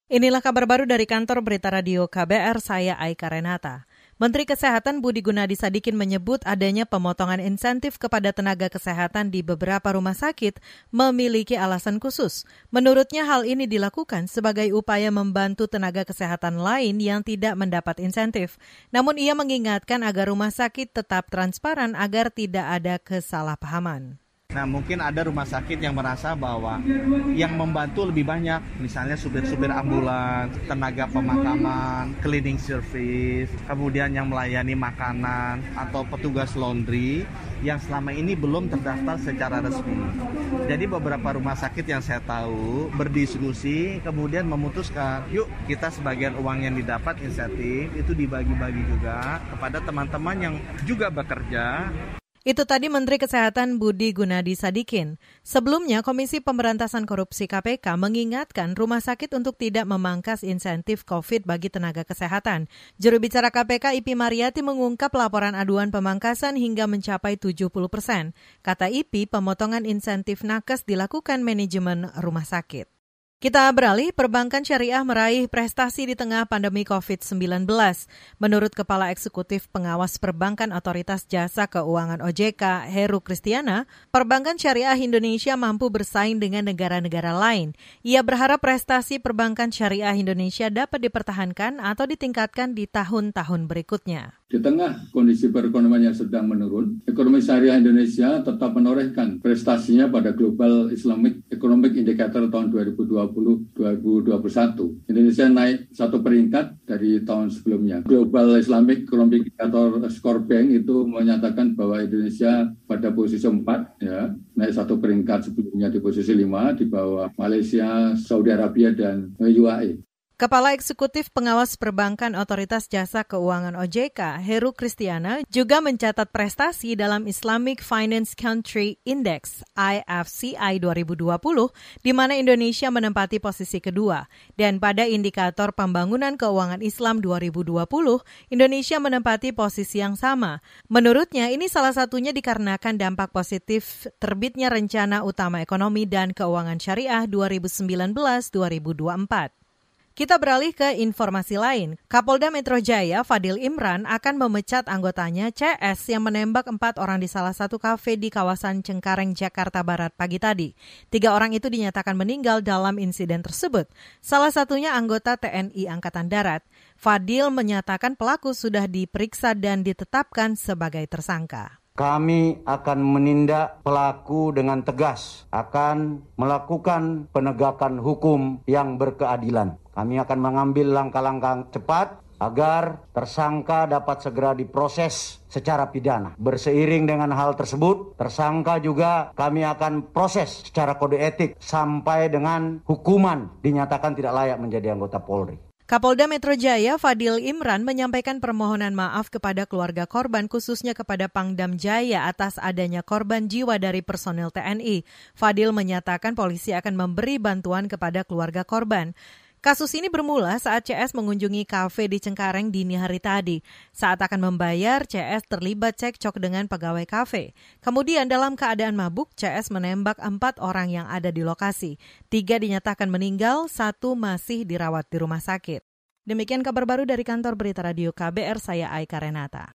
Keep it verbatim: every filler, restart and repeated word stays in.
Inilah kabar baru dari kantor Berita Radio K B R, saya Aika Renata. Menteri Kesehatan Budi Gunadi Sadikin menyebut adanya pemotongan insentif kepada tenaga kesehatan di beberapa rumah sakit memiliki alasan khusus. Menurutnya hal ini dilakukan sebagai upaya membantu tenaga kesehatan lain yang tidak mendapat insentif. Namun ia mengingatkan agar rumah sakit tetap transparan agar tidak ada kesalahpahaman. Nah, mungkin ada rumah sakit yang merasa bahwa yang membantu lebih banyak, misalnya supir-supir ambulans, tenaga pemakaman, cleaning service, kemudian yang melayani makanan, atau petugas laundry yang selama ini belum terdaftar secara resmi. Jadi beberapa rumah sakit yang saya tahu berdiskusi, kemudian memutuskan, yuk kita sebagian uang yang didapat insentif itu dibagi-bagi juga kepada teman-teman yang juga bekerja. Itu tadi Menteri Kesehatan Budi Gunadi Sadikin. Sebelumnya, Komisi Pemberantasan Korupsi K P K mengingatkan rumah sakit untuk tidak memangkas insentif COVID bagi tenaga kesehatan. Juru bicara K P K I P Mariati mengungkap laporan aduan pemangkasan hingga mencapai tujuh puluh persen. Kata I P, pemotongan insentif nakes dilakukan manajemen rumah sakit. Kita beralih, perbankan syariah meraih prestasi di tengah pandemi covid sembilan belas. Menurut Kepala Eksekutif Pengawas Perbankan Otoritas Jasa Keuangan O J K, Heru Kristiana, perbankan syariah Indonesia mampu bersaing dengan negara-negara lain. Ia berharap prestasi perbankan syariah Indonesia dapat dipertahankan atau ditingkatkan di tahun-tahun berikutnya. Di tengah kondisi perekonomian yang sedang menurun, ekonomi syariah Indonesia tetap menorehkan prestasinya pada Global Islamic Economic Indicator tahun dua ribu dua puluh sampai dua ribu dua puluh satu. Indonesia naik satu peringkat dari tahun sebelumnya. Global Islamic Economic Indicator Score Bank itu menyatakan bahwa Indonesia pada posisi empat, ya, naik satu peringkat, sebelumnya di posisi lima, di bawah Malaysia, Saudi Arabia, dan U A E. Kepala Eksekutif Pengawas Perbankan Otoritas Jasa Keuangan O J K, Heru Kristiana, juga mencatat prestasi dalam Islamic Finance Country Index I F C I dua ribu dua puluh, di mana Indonesia menempati posisi kedua. Dan pada indikator pembangunan keuangan Islam dua ribu dua puluh, Indonesia menempati posisi yang sama. Menurutnya, ini salah satunya dikarenakan dampak positif terbitnya Rencana Utama Ekonomi dan Keuangan Syariah dua ribu sembilan belas sampai dua ribu dua puluh empat. Kita beralih ke informasi lain. Kapolda Metro Jaya, Fadil Imran, akan memecat anggotanya C S yang menembak empat orang di salah satu kafe di kawasan Cengkareng, Jakarta Barat pagi tadi. Tiga orang itu dinyatakan meninggal dalam insiden tersebut. Salah satunya anggota T N I Angkatan Darat. Fadil menyatakan pelaku sudah diperiksa dan ditetapkan sebagai tersangka. Kami akan menindak pelaku dengan tegas, akan melakukan penegakan hukum yang berkeadilan. Kami akan mengambil langkah-langkah cepat agar tersangka dapat segera diproses secara pidana. Berseiring dengan hal tersebut, tersangka juga kami akan proses secara kode etik sampai dengan hukuman dinyatakan tidak layak menjadi anggota Polri. Kapolda Metro Jaya, Fadil Imran, menyampaikan permohonan maaf kepada keluarga korban, khususnya kepada Pangdam Jaya atas adanya korban jiwa dari personel T N I. Fadil menyatakan polisi akan memberi bantuan kepada keluarga korban. Kasus ini bermula saat C S mengunjungi kafe di Cengkareng dini hari tadi. Saat akan membayar, C S terlibat cekcok dengan pegawai kafe. Kemudian dalam keadaan mabuk, C S menembak empat orang yang ada di lokasi. Tiga dinyatakan meninggal, satu masih dirawat di rumah sakit. Demikian kabar baru dari kantor Berita Radio K B R, saya Aika Renata.